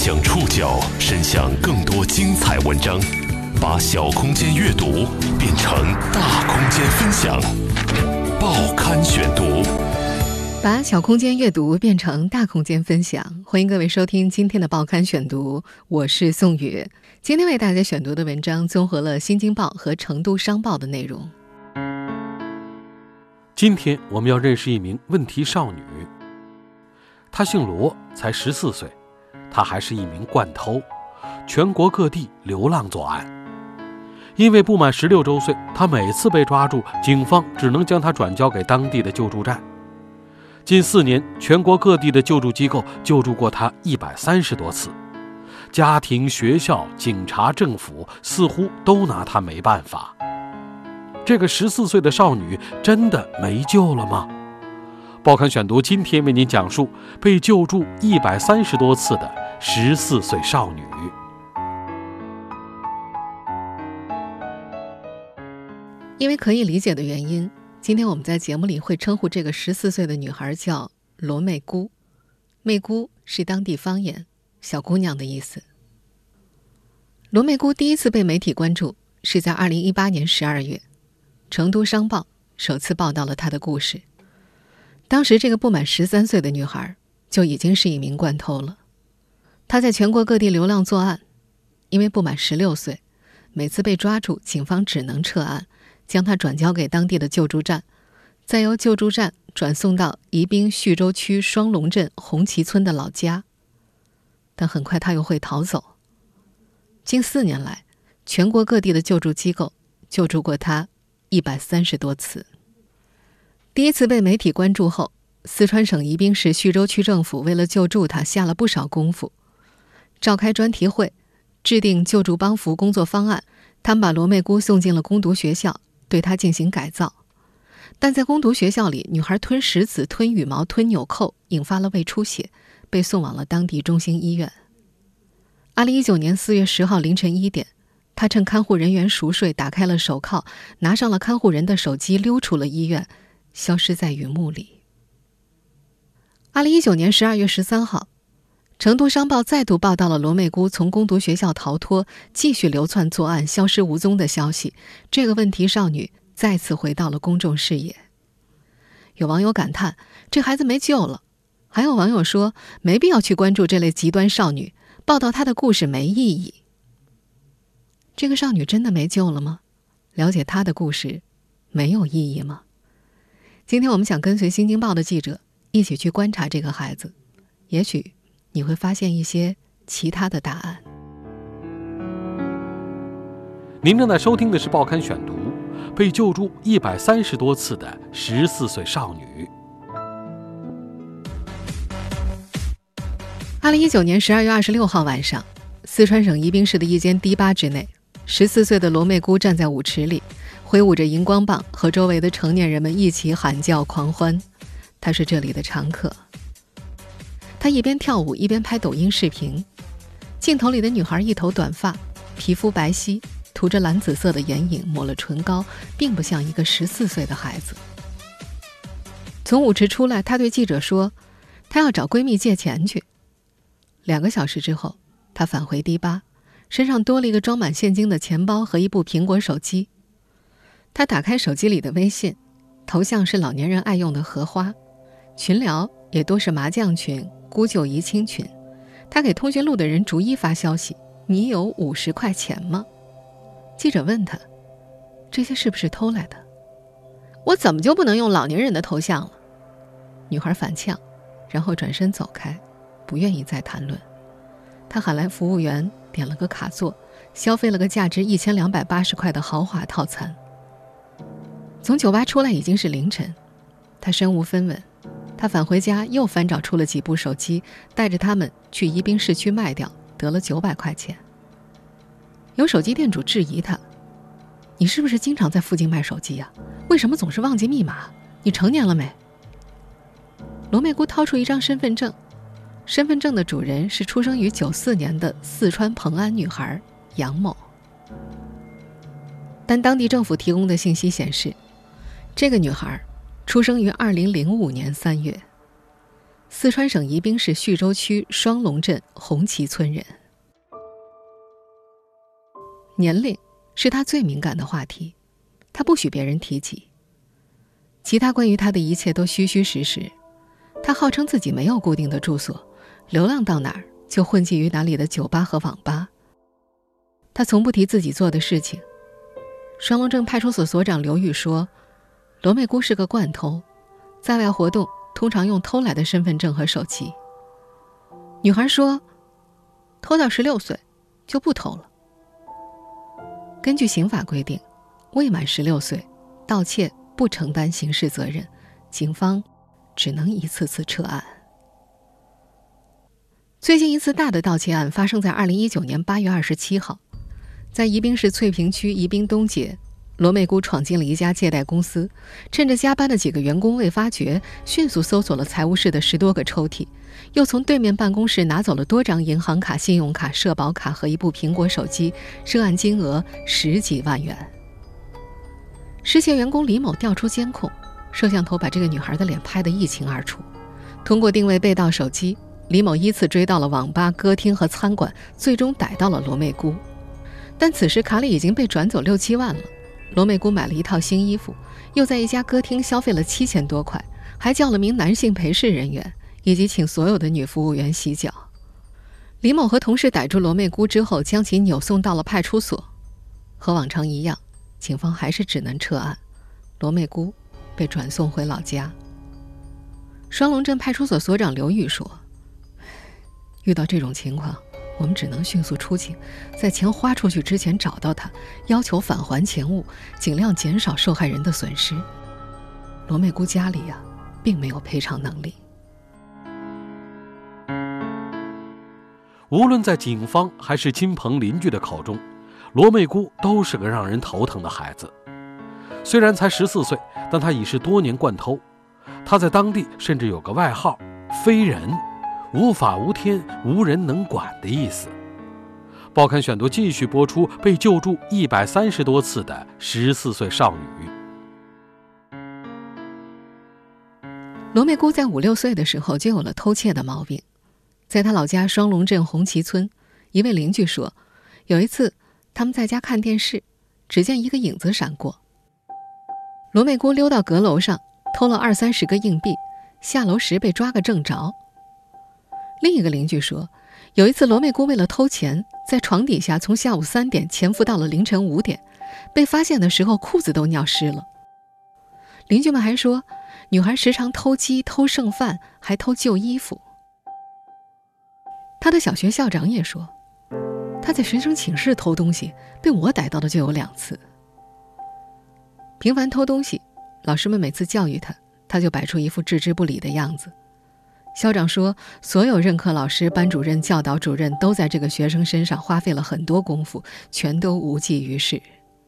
将触角伸向更多精彩文章，把小空间阅读变成大空间分享。报刊选读， 把小空间阅读变成大空间分享。欢迎各位收听今天的报刊选读，我是宋宇。今天为大家选读的文章综合了《新京报》和《成都商报》的内容。 今天我们要认识一名问题少女，她姓罗，才14岁，她还是一名惯偷，全国各地流浪作案。因为不满16周岁，她每次被抓住，警方只能将她转交给当地的救助站。近4年，全国各地的救助机构救助过她130多次，家庭、学校、警察、政府似乎都拿她没办法。这个14岁的少女真的没救了吗？报刊选读今天为您讲述被救助130多次的14岁少女。 因为可以理解的原因，今天我们在节目里会称呼这个14岁的女孩叫罗媚姑。媚姑是当地方言，小姑娘的意思。罗媚姑第一次被媒体关注是在2018年12月，成都商报首次报道了她的故事。当时这个不满13岁的女孩就已经是一名惯偷了。她在全国各地流浪作案，因为不满16岁，每次被抓住，警方只能撤案，将她转交给当地的救助站，再由救助站转送到宜宾叙州区双龙镇红旗村的老家。但很快她又会逃走。近4年来，全国各地的救助机构救助过她130多次。第一次被媒体关注后，四川省宜宾市叙州区政府为了救助她下了不少功夫，召开专题会，制定救助帮扶工作方案。他们把罗媚姑送进了攻读学校，对她进行改造。但在攻读学校里，女孩吞石子、吞羽毛、吞纽扣，引发了胃出血，被送往了当地中心医院。2019年4月10号凌晨1点，她趁看护人员熟睡，打开了手铐，拿上了看护人的手机，溜出了医院，消失在云雾里。2019年12月13号，成都商报再度报道了罗媚姑从攻读学校逃脱，继续流窜作案，消失无踪的消息。这个问题少女再次回到了公众视野。有网友感叹，这孩子没救了。还有网友说，没必要去关注这类极端少女，报道她的故事没意义。这个少女真的没救了吗？了解她的故事没有意义吗？今天我们想跟随新京报的记者一起去观察这个孩子，也许你会发现一些其他的答案。 您正在收听的是报刊选读，被救助130多次的14岁少女。 2019年12月26号晚上，四川省宜宾市的一间迪吧之内，14岁的罗媚姑站在舞池里，挥舞着荧光棒，和周围的成年人们一起喊叫狂欢。她是这里的常客。她一边跳舞一边拍抖音视频。镜头里的女孩一头短发，皮肤白皙，涂着蓝紫色的眼影，抹了唇膏，并不像一个14岁的孩子。从舞池出来，她对记者说，她要找闺蜜借钱去。2个小时之后，她返回迪吧，身上多了一个装满现金的钱包和一部苹果手机。她打开手机里的微信，头像是老年人爱用的荷花，群聊也多是麻将群、姑舅姨亲群。她给通讯录的人逐一发消息，你有50块钱吗？记者问她，这些是不是偷来的？我怎么就不能用老年人的头像了？女孩反呛，然后转身走开，不愿意再谈论。她喊来服务员，点了个卡座，消费了个价值1280块的豪华套餐。从酒吧出来已经是凌晨，她身无分文。她返回家又翻找出了几部手机，带着他们去宜宾市区卖掉，得了900块钱。有手机店主质疑她，你是不是经常在附近卖手机呀？为什么总是忘记密码？你成年了没？罗媚姑掏出一张身份证，身份证的主人是出生于94年的四川蓬安女孩杨某。但当地政府提供的信息显示，这个女孩出生于2005年3月。 四川省宜宾市叙州区双龙镇红旗村人。年龄是他最敏感的话题，他不许别人提及。其他关于他的一切都虚虚实实。他号称自己没有固定的住所，流浪到哪儿就混迹于哪里的酒吧和网吧。他从不提自己做的事情。双龙镇派出所所长刘玉说，罗美姑是个惯偷，在外活动通常用偷来的身份证和手机。女孩说，偷到16岁就不偷了。根据刑法规定，未满16岁盗窃不承担刑事责任，警方只能一次次撤案。最近一次大的盗窃案发生在2019年8月27号，在宜宾市翠屏区宜宾东街，罗美姑闯进了一家借贷公司，趁着加班的几个员工未发觉，迅速搜索了财务室的10多个抽屉，又从对面办公室拿走了多张银行卡、信用卡、社保卡和一部苹果手机，涉案金额10几万元。失窃员工李某调出监控，摄像头把这个女孩的脸拍得一清二楚。通过定位被盗手机，李某依次追到了网吧、歌厅和餐馆，最终逮到了罗美姑。但此时卡里已经被转走6、7万了。罗美姑买了一套新衣服，又在一家歌厅消费了7000多块，还叫了名男性陪侍人员，以及请所有的女服务员洗脚。李某和同事逮住罗美姑之后，将其扭送到了派出所。和往常一样，警方还是只能撤案，罗美姑被转送回老家。双龙镇派出所所长刘玉说，遇到这种情况，我们只能迅速出警，在钱花出去之前找到他，要求返还钱物，尽量减少受害人的损失。罗美姑家里并没有赔偿能力。 无论在警方还是亲朋邻居的口中，罗美姑都是个让人头疼的孩子。虽然才14岁，但她已是多年惯偷。她在当地甚至有个外号“飞人”，无法无天，无人能管的意思。报刊选读继续播出被救助130多次的14岁少女。 罗美姑在5、6岁的时候就有了偷窃的毛病。在她老家双龙镇红旗村，一位邻居说，有一次他们在家看电视，只见一个影子闪过。罗美姑溜到阁楼上，偷了20、30个硬币，下楼时被抓个正着。另一个邻居说，有一次罗美姑为了偷钱，在床底下从下午3点潜伏到了凌晨5点，被发现的时候裤子都尿湿了。邻居们还说，女孩时常偷鸡、偷剩饭，还偷旧衣服。她的小学校长也说，她在学生寝室偷东西，被我逮到的就有2次。频繁偷东西，老师们每次教育她，她就摆出一副置之不理的样子。校长说，所有任课老师、班主任、教导主任都在这个学生身上花费了很多功夫，全都无济于事。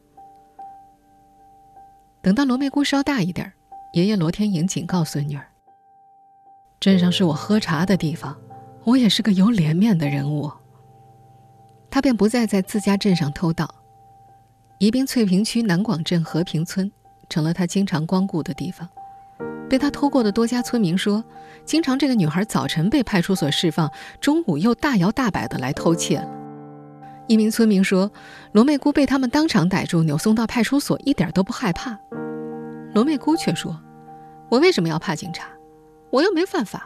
等到罗美姑稍大一点，爷爷罗天颖警告孙女儿，镇上是我喝茶的地方，我也是个有脸面的人物。他便不再在自家镇上偷盗。宜宾翠屏区南广镇和平村成了他经常光顾的地方。被他偷过的多家村民说，经常这个女孩早晨被派出所释放，中午又大摇大摆地来偷窃了。一名村民说，罗美姑被他们当场逮住，扭送到派出所，一点都不害怕。罗美姑却说，我为什么要怕警察？我又没犯法。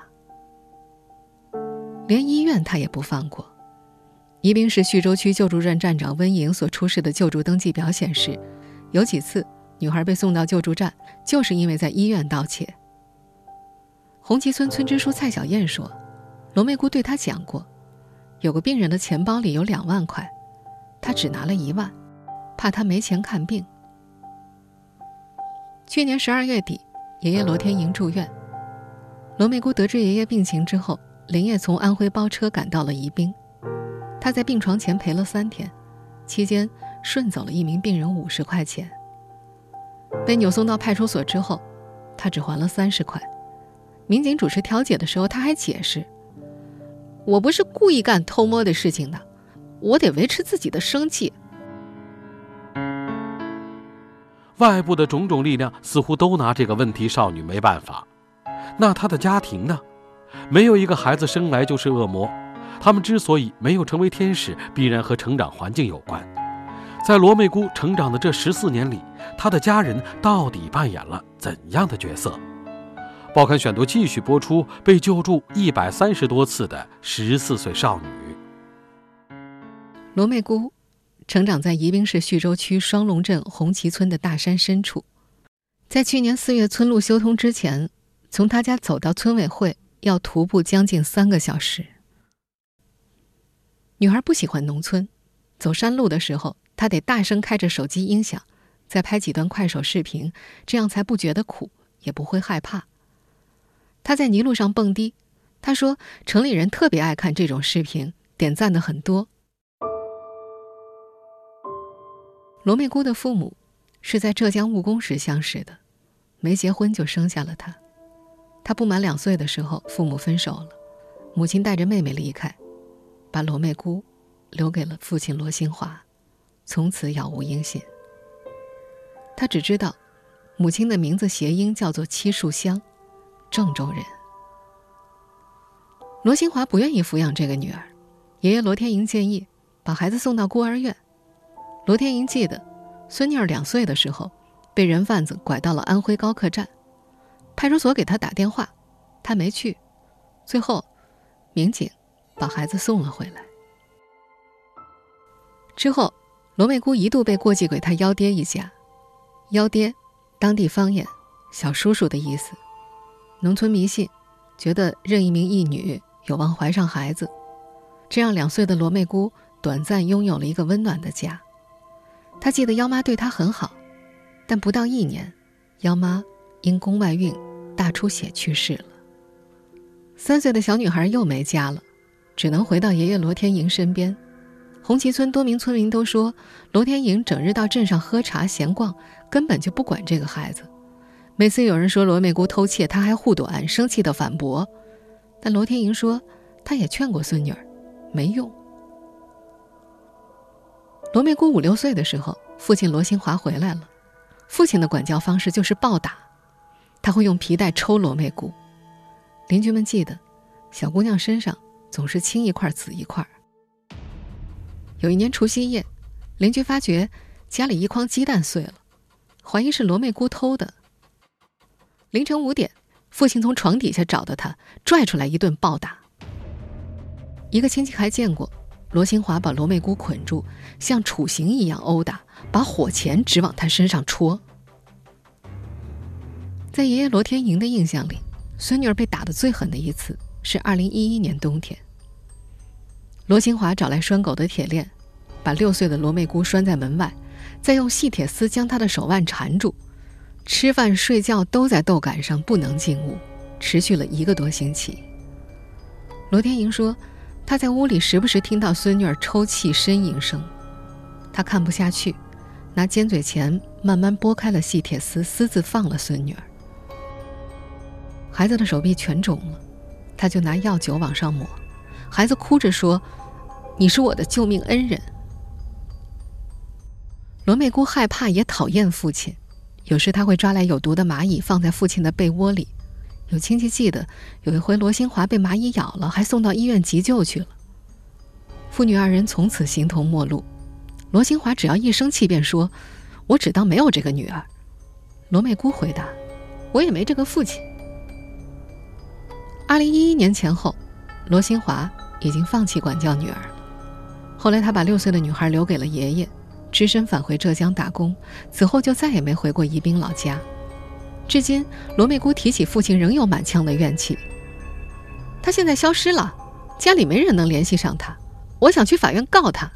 连医院他也不放过。宜宾市叙州区救助站站长温莹所出示的救助登记表显示，有几次女孩被送到救助站，就是因为在医院盗窃。红旗村村支书蔡小燕说，罗美姑对她讲过，有个病人的钱包里有2万块，她只拿了1万，怕他没钱看病。去年12月底，爷爷罗天颖住院。罗美姑得知爷爷病情之后，连夜从安徽包车赶到了宜宾。她在病床前陪了3天，期间顺走了一名病人50块钱。被扭送到派出所之后，她只还了30块。民警主持调解的时候，她还解释，我不是故意干偷摸的事情的，我得维持自己的生计。 外部的种种力量似乎都拿这个问题少女没办法，那她的家庭呢？ 没有一个孩子生来就是恶魔，他们之所以没有成为天使，必然和成长环境有关。在罗妹姑成长的这14年里，她的家人到底扮演了怎样的角色？报刊选读继续播出被救助130多次的14岁少女。 罗妹姑成长在宜宾市叙州区双龙镇红旗村的大山深处，在去年4月村路修通之前，从她家走到村委会要徒步将近3个小时。女孩不喜欢农村，走山路的时候她得大声开着手机音响，再拍几段快手视频，这样才不觉得苦，也不会害怕。她在泥路上蹦迪，她说城里人特别爱看这种视频，点赞的很多。罗妹姑的父母是在浙江务工时相识的，没结婚就生下了她。她不满2岁的时候，父母分手了，母亲带着妹妹离开，把罗妹姑留给了父亲罗新华，从此杳无音信。她只知道母亲的名字谐音叫做七树香，郑州人。罗新华不愿意抚养这个女儿，爷爷罗天营建议把孩子送到孤儿院。罗天营记得孙女儿2岁的时候被人贩子拐到了安徽高客站，派出所给他打电话，他没去，最后民警把孩子送了回来。之后罗妹姑一度被过继给他幺爹一家。幺爹当地方言小叔叔的意思，农村迷信，觉得认一名义女有望怀上孩子，这让2岁的罗妹姑短暂拥有了一个温暖的家。她记得幺妈对她很好，但不到1年，幺妈因宫外孕大出血去世了。3岁的小女孩又没家了，只能回到爷爷罗天营身边。红旗村多名村民都说，罗天营整日到镇上喝茶闲逛，根本就不管这个孩子。每次有人说罗妹姑偷窃，他还护短，生气地反驳。但罗天营说，他也劝过孙女儿，没用。罗妹姑5、6岁的时候，父亲罗新华回来了，父亲的管教方式就是暴打，他会用皮带抽罗妹姑。邻居们记得，小姑娘身上总是青一块紫一块。有一年除夕夜，邻居发觉家里一筐鸡蛋碎了，怀疑是罗妹姑偷的。凌晨5点，父亲从床底下找到她，拽出来一顿暴打。一个亲戚还见过罗新华把罗妹姑捆住，像处刑一样殴打，把火钳直往她身上戳。在爷爷罗天营的印象里，孙女儿被打得最狠的一次是2011年冬天。罗新华找来拴狗的铁链，把6岁的罗妹姑拴在门外，再用细铁丝将她的手腕缠住，吃饭睡觉都在豆杆上，不能进屋，持续了1个多星期。罗天营说，他在屋里时不时听到孙女儿抽泣呻吟声，他看不下去，拿尖嘴钳慢慢拨开了细铁丝，私自放了孙女儿。孩子的手臂全肿了，他就拿药酒往上抹，孩子哭着说，你是我的救命恩人。罗妹姑害怕也讨厌父亲，有时他会抓来有毒的蚂蚁放在父亲的被窝里。有亲戚记得有一回罗新华被蚂蚁咬了，还送到医院急救去了。父女2人从此形同陌路。罗新华只要一生气便说，我只当没有这个女儿。罗妹姑回答，我也没这个父亲。2011年前后，罗新华已经放弃管教女儿了。后来他把6岁的女孩留给了爷爷，只身返回浙江打工，此后就再也没回过宜宾老家。至今罗妹姑提起父亲仍有满腔的怨气。他现在消失了，家里没人能联系上他，我想去法院告他。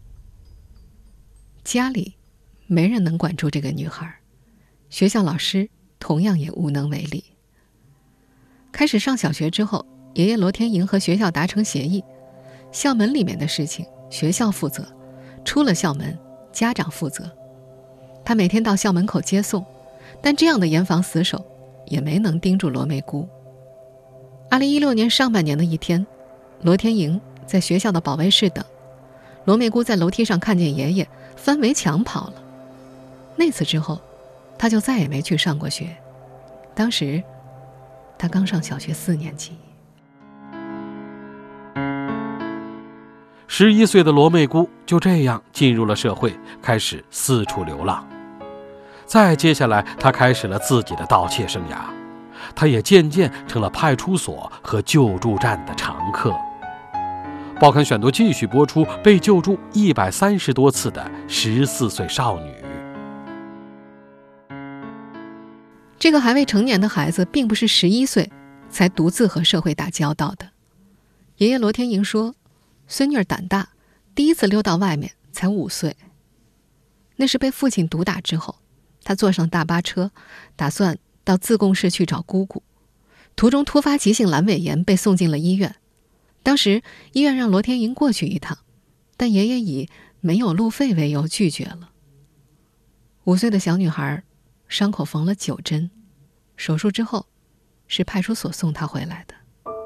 家里没人能管住这个女孩，学校老师同样也无能为力。开始上小学之后，爷爷罗天营和学校达成协议，校门里面的事情学校负责，出了校门家长负责。他每天到校门口接送，但这样的严防死守也没能盯住罗妹姑。2016年上半年的一天，罗天营在学校的保卫室等，罗妹姑在楼梯上看见爷爷，翻围墙跑了。那次之后，他就再也没去上过学。当时他刚上小学4年级。 11岁的罗妹姑就这样进入了社会，开始四处流浪。再接下来，她开始了自己的盗窃生涯，她也渐渐成了派出所和救助站的常客。报刊选读继续播出被救助130多次的14岁少女。 这个还未成年的孩子并不是11岁才独自和社会打交道的。爷爷罗天莹说，孙女儿胆大，第一次溜到外面才5岁。那是被父亲毒打之后，他坐上大巴车，打算到自贡市去找姑姑，途中突发急性阑尾炎，被送进了医院。当时医院让罗天莹过去一趟，但爷爷以没有路费为由拒绝了。5岁的小女孩伤口缝了9针，手术之后是派出所送她回来的。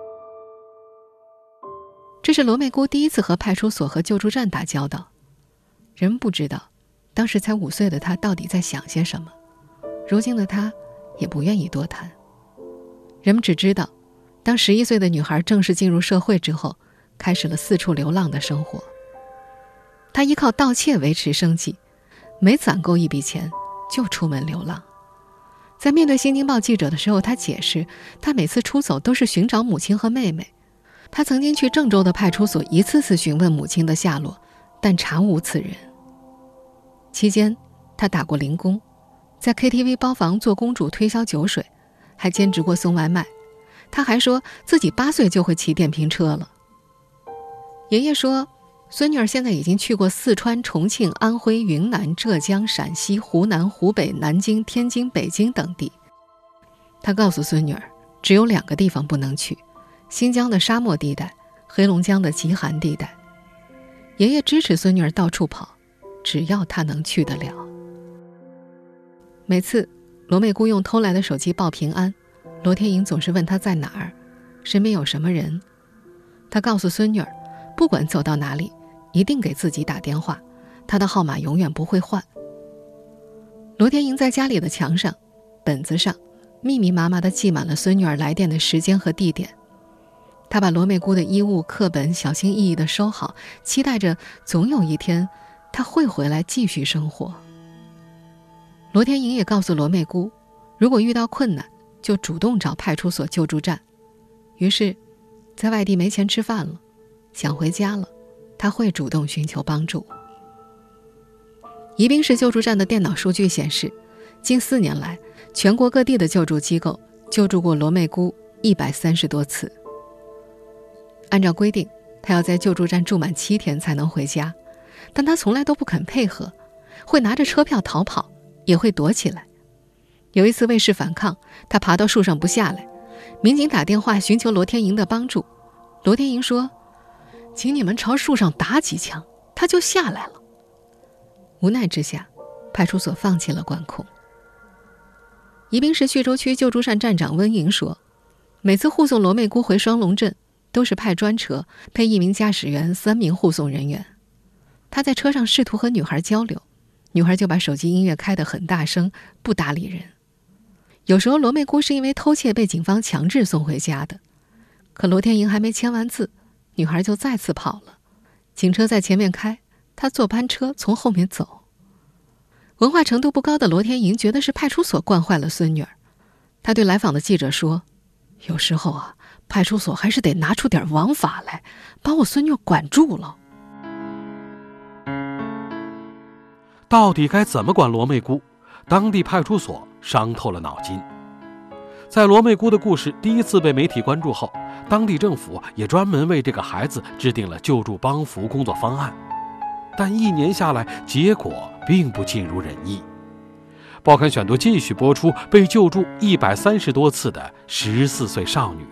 这是罗妹姑第一次和派出所和救助站打交道。人们不知道当时才5岁的她到底在想些什么，如今的她也不愿意多谈。人们只知道，当11岁的女孩正式进入社会之后，开始了四处流浪的生活。她依靠盗窃维持生计，每攒够一笔钱就出门流浪。在面对《新京报》记者的时候，她解释，她每次出走都是寻找母亲和妹妹。她曾经去郑州的派出所一次次询问母亲的下落，但查无此人。期间，她打过零工，在 KTV 包房做公主推销酒水，还兼职过送外卖。她还说自己8岁就会骑电瓶车了。爷爷说，孙女儿现在已经去过四川、重庆、安徽、云南、浙江、陕西、湖南、湖北、南京、天津、北京等地。他告诉孙女儿，只有2个地方不能去，新疆的沙漠地带，黑龙江的极寒地带。爷爷支持孙女儿到处跑，只要她能去得了。每次罗妹姑用偷来的手机报平安，罗天莹总是问她在哪儿，身边有什么人。她告诉孙女儿，不管走到哪里，一定给自己打电话，她的号码永远不会换。罗天莹在家里的墙上、本子上密密麻麻地记满了孙女儿来电的时间和地点。她把罗妹姑的衣物、课本小心翼翼地收好，期待着总有一天她会回来继续生活。罗天莹也告诉罗妹姑，如果遇到困难就主动找派出所救助站。于是在外地没钱吃饭了，想回家了，她会主动寻求帮助。宜宾市救助站的电脑数据显示，近4年来全国各地的救助机构救助过罗妹姑130多次。按照规定，她要在救助站住满7天才能回家，但她从来都不肯配合，会拿着车票逃跑，也会躲起来。有一次为示反抗，她爬到树上不下来，民警打电话寻求罗天莹的帮助。罗天莹说，请你们朝树上打几枪，她就下来了。无奈之下，派出所放弃了管控。宜宾市叙州区救助站站长温莹说，每次护送罗妹姑回双龙镇，都是派专车，配1名驾驶员、3名护送人员。他在车上试图和女孩交流，女孩就把手机音乐开得很大声，不搭理人。有时候罗妹姑是因为偷窃被警方强制送回家的，可罗天莹还没签完字，女孩就再次跑了。警车在前面开，她坐班车从后面走。文化程度不高的罗天莹觉得是派出所惯坏了孙女儿。她对来访的记者说，有时候啊，派出所还是得拿出点王法来，把我孙女管住了。 到底该怎么管罗妹姑？当地派出所伤透了脑筋。在罗妹姑的故事第一次被媒体关注后，当地政府也专门为这个孩子制定了救助帮扶工作方案，但1年下来，结果并不尽如人意。报刊选读继续播出被救助130多次的14岁少女。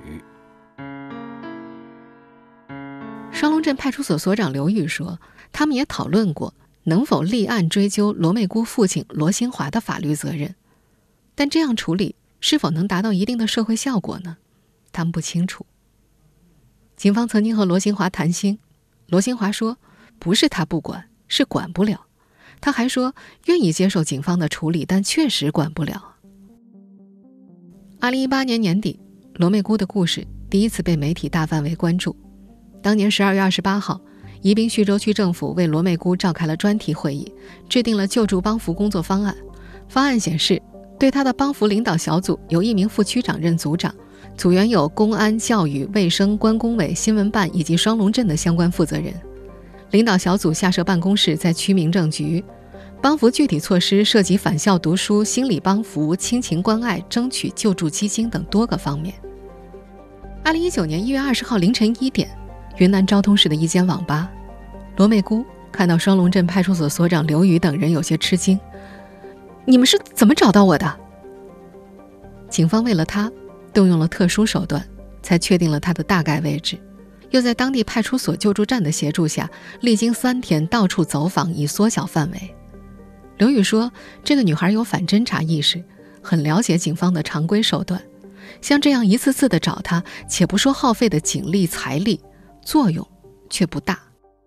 双龙镇派出所所长刘玉说，他们也讨论过能否立案追究罗妹姑父亲罗新华的法律责任，但这样处理是否能达到一定的社会效果呢？他们不清楚。警方曾经和罗新华谈心，罗新华说，不是他不管，是管不了。他还说愿意接受警方的处理，但确实管不了。2018年年底，罗妹姑的故事第一次被媒体大范围关注。当年12月28号， 宜宾徐州区政府为罗美姑召开了专题会议，制定了救助帮扶工作方案。方案显示，对他的帮扶领导小组由1名副区长任组长，组员有公安、教育、卫生、关工委、新闻办以及双龙镇的相关负责人。领导小组下设办公室在区民政局，帮扶具体措施涉及返校读书、心理帮扶、亲情关爱、争取救助基金等多个方面。2019年1月20号凌晨1点，云南昭通市的一间网吧，罗美姑看到双龙镇派出所所长刘宇等人有些吃惊：“你们是怎么找到我的？”警方为了他动用了特殊手段，才确定了他的大概位置，又在当地派出所救助站的协助下，历经3天到处走访以缩小范围。刘宇说，这个女孩有反侦查意识，很了解警方的常规手段，像这样一次次的找她，且不说耗费的警力财力，作用却不大。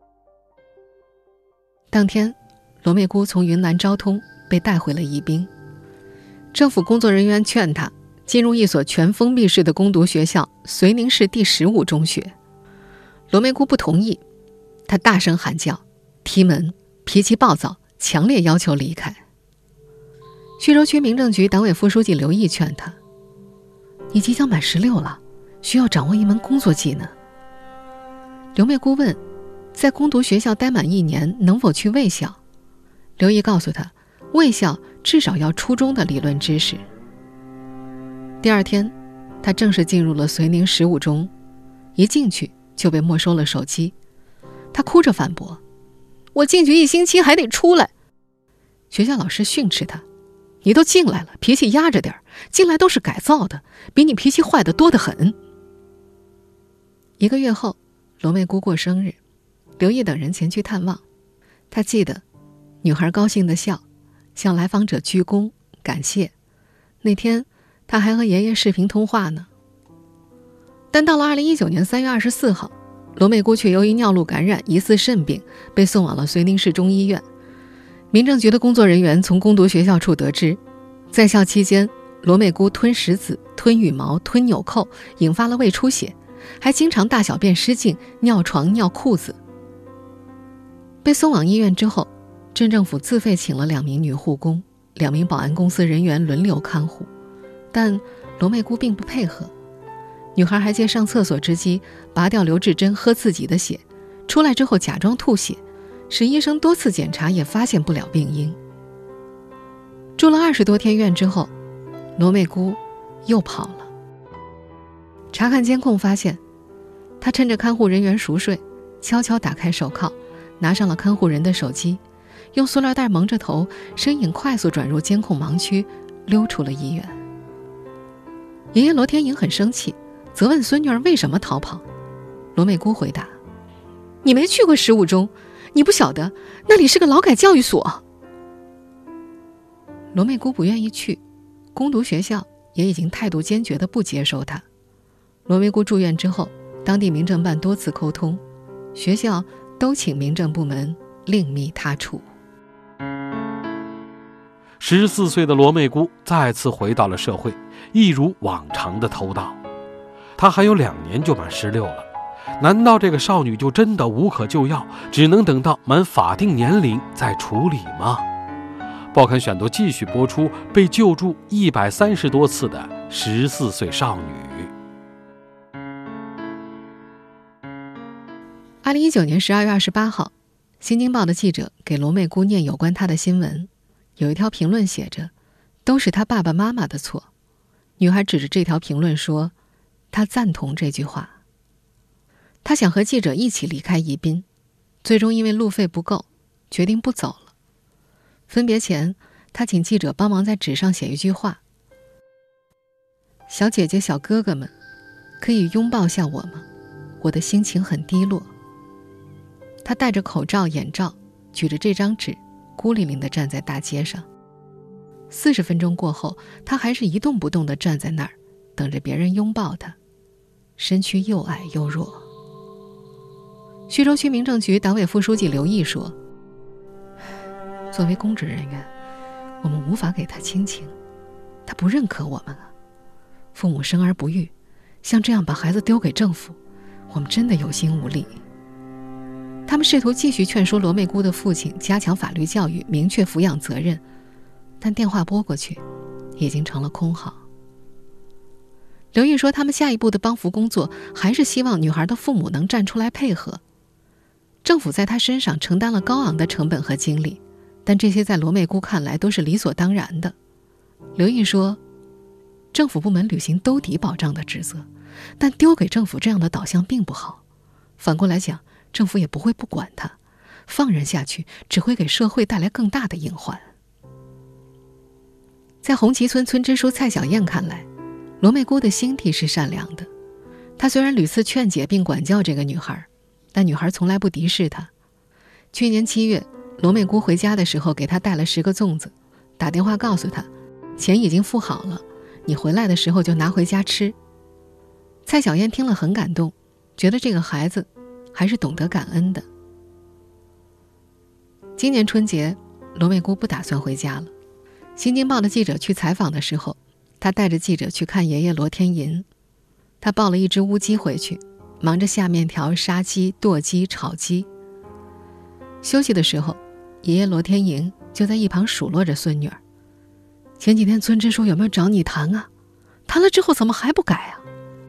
当天，罗美姑从云南昭通被带回了宜宾。政府工作人员劝她进入一所全封闭式的攻读学校绥宁市第15中学。罗美姑不同意，她大声喊叫、踢门，脾气暴躁，强烈要求离开。徐州区民政局党委副书记刘毅劝她：“你即将满16了，需要掌握一门工作技能。”刘美姑问，在攻读学校待满1年能否去卫校？刘毅告诉她，卫校至少要初中的理论知识。第2天，她正式进入了绥宁15中，一进去就被没收了手机。她哭着反驳：“我进去1星期还得出来。”学校老师训斥她：“你都进来了，脾气压着点，进来都是改造的，比你脾气坏的多得很。”1个月后，罗美姑过生日，刘毅等人前去探望。她记得，女孩高兴地笑，向来访者鞠躬感谢。那天，她还和爷爷视频通话呢。但到了2019年3月24号，罗美姑却由于尿路感染，疑似肾病，被送往了绥宁市中医院。民政局的工作人员从攻读学校处得知，在校期间，罗美姑吞石子、吞羽毛、吞纽扣，引发了胃出血，还经常大小便失禁、尿床、尿裤子。被送往医院之后，镇政府自费请了2名女护工、2名保安公司人员轮流看护，但罗美姑并不配合。女孩还借上厕所之机拔掉留置针喝自己的血，出来之后假装吐血，使医生多次检查也发现不了病因。住了20多天院之后，罗美姑又跑了。查看监控发现，她趁着看护人员熟睡，悄悄打开手铐，拿上了看护人的手机，用塑料袋蒙着头，身影快速转入监控盲区，溜出了医院。爷爷罗天颖很生气，责问孙女儿为什么逃跑。罗美姑回答：“你没去过15中，你不晓得那里是个劳改教育所。”罗美姑不愿意去，攻读学校也已经态度坚决地不接受她。罗美姑住院之后，当地民政办多次沟通，学校都请民政部门另觅他处。 14岁的罗美姑再次回到了社会，一如往常的偷盗。她还有2年就满16了，难道这个少女就真的无可救药，只能等到满法定年龄再处理吗？报刊选读继续播出被救助130多次的14岁少女。 2019年12月28号，新京报的记者给罗美姑念有关她的新闻，有一条评论写着：“都是她爸爸妈妈的错。”女孩指着这条评论说：“她赞同这句话。”她想和记者一起离开宜宾，最终因为路费不够，决定不走了。分别前，她请记者帮忙在纸上写一句话：“小姐姐、小哥哥们，可以拥抱下我吗？我的心情很低落。”她戴着口罩、眼罩，举着这张纸，孤零零地站在大街上。40分钟过后，她还是一动不动地站在那儿，等着别人拥抱她，身躯又矮又弱。徐州区民政局党委副书记刘毅说：“作为公职人员，我们无法给她亲情，她不认可我们啊。父母生而不育，像这样把孩子丢给政府，我们真的有心无力。” 他们试图继续劝说罗妹姑的父亲加强法律教育，明确抚养责任，但电话拨过去已经成了空号。刘毅说，他们下一步的帮扶工作还是希望女孩的父母能站出来配合。政府在她身上承担了高昂的成本和精力，但这些在罗妹姑看来都是理所当然的。刘毅说，政府部门履行兜底保障的职责，但丢给政府这样的导向并不好。反过来讲，政府也不会不管它，放任下去只会给社会带来更大的隐患。在红旗村村支书蔡小燕看来，罗妹姑的心地是善良的。她虽然屡次劝解并管教这个女孩，但女孩从来不敌视她。去年7月，罗妹姑回家的时候给她带了10个粽子，打电话告诉她，钱已经付好了，你回来的时候就拿回家吃。蔡小燕听了很感动，觉得这个孩子还是懂得感恩的。今年春节，罗妹姑不打算回家了。新京报的记者去采访的时候，她带着记者去看爷爷罗天银。她抱了一只乌鸡回去，忙着下面条、杀鸡、剁鸡、炒鸡。休息的时候，爷爷罗天银就在一旁数落着孙女儿：“前几天村支书有没有找你谈啊？谈了之后怎么还不改啊？”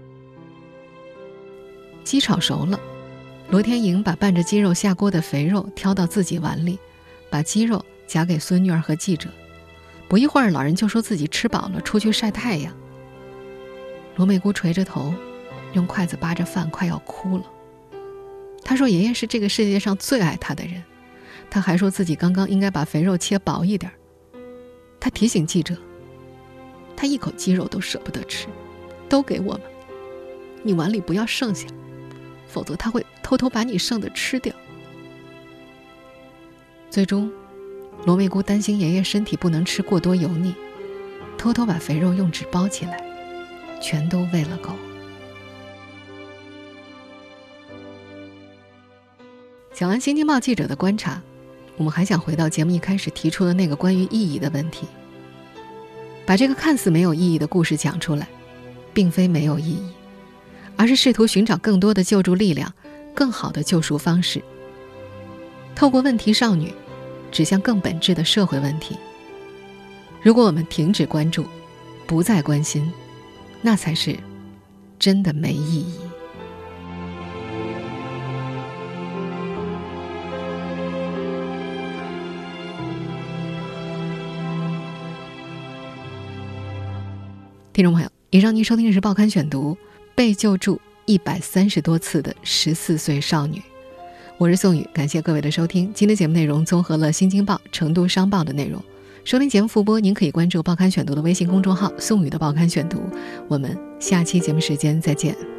鸡炒熟了，罗天银把拌着鸡肉下锅的肥肉挑到自己碗里，把鸡肉夹给孙女儿和记者。不一会儿，老人就说自己吃饱了，出去晒太阳。罗妹姑垂着头，用筷子扒着饭，快要哭了。她说爷爷是这个世界上最爱她的人，她还说自己刚刚应该把肥肉切薄一点。她提醒记者，她一口鸡肉都舍不得吃，都给我们，你碗里不要剩下，否则他会偷偷把你剩的吃掉。最终罗妹姑担心爷爷身体不能吃过多油腻，偷偷把肥肉用纸包起来，全都喂了狗。讲完新京报记者的观察，我们还想回到节目一开始提出的那个关于意义的问题。把这个看似没有意义的故事讲出来，并非没有意义，而是试图寻找更多的救助力量，更好的救赎方式。透过问题少女指向更本质的社会问题。如果我们停止关注，不再关心，那才是真的没意义。听众朋友，以上您收听的是报刊选读，被救助130多次的14岁少女。我是宋宇，感谢各位的收听。今天节目内容综合了新京报、成都商报的内容。收听节目复播，您可以关注报刊选读的微信公众号宋宇的报刊选读。我们下期节目时间再见。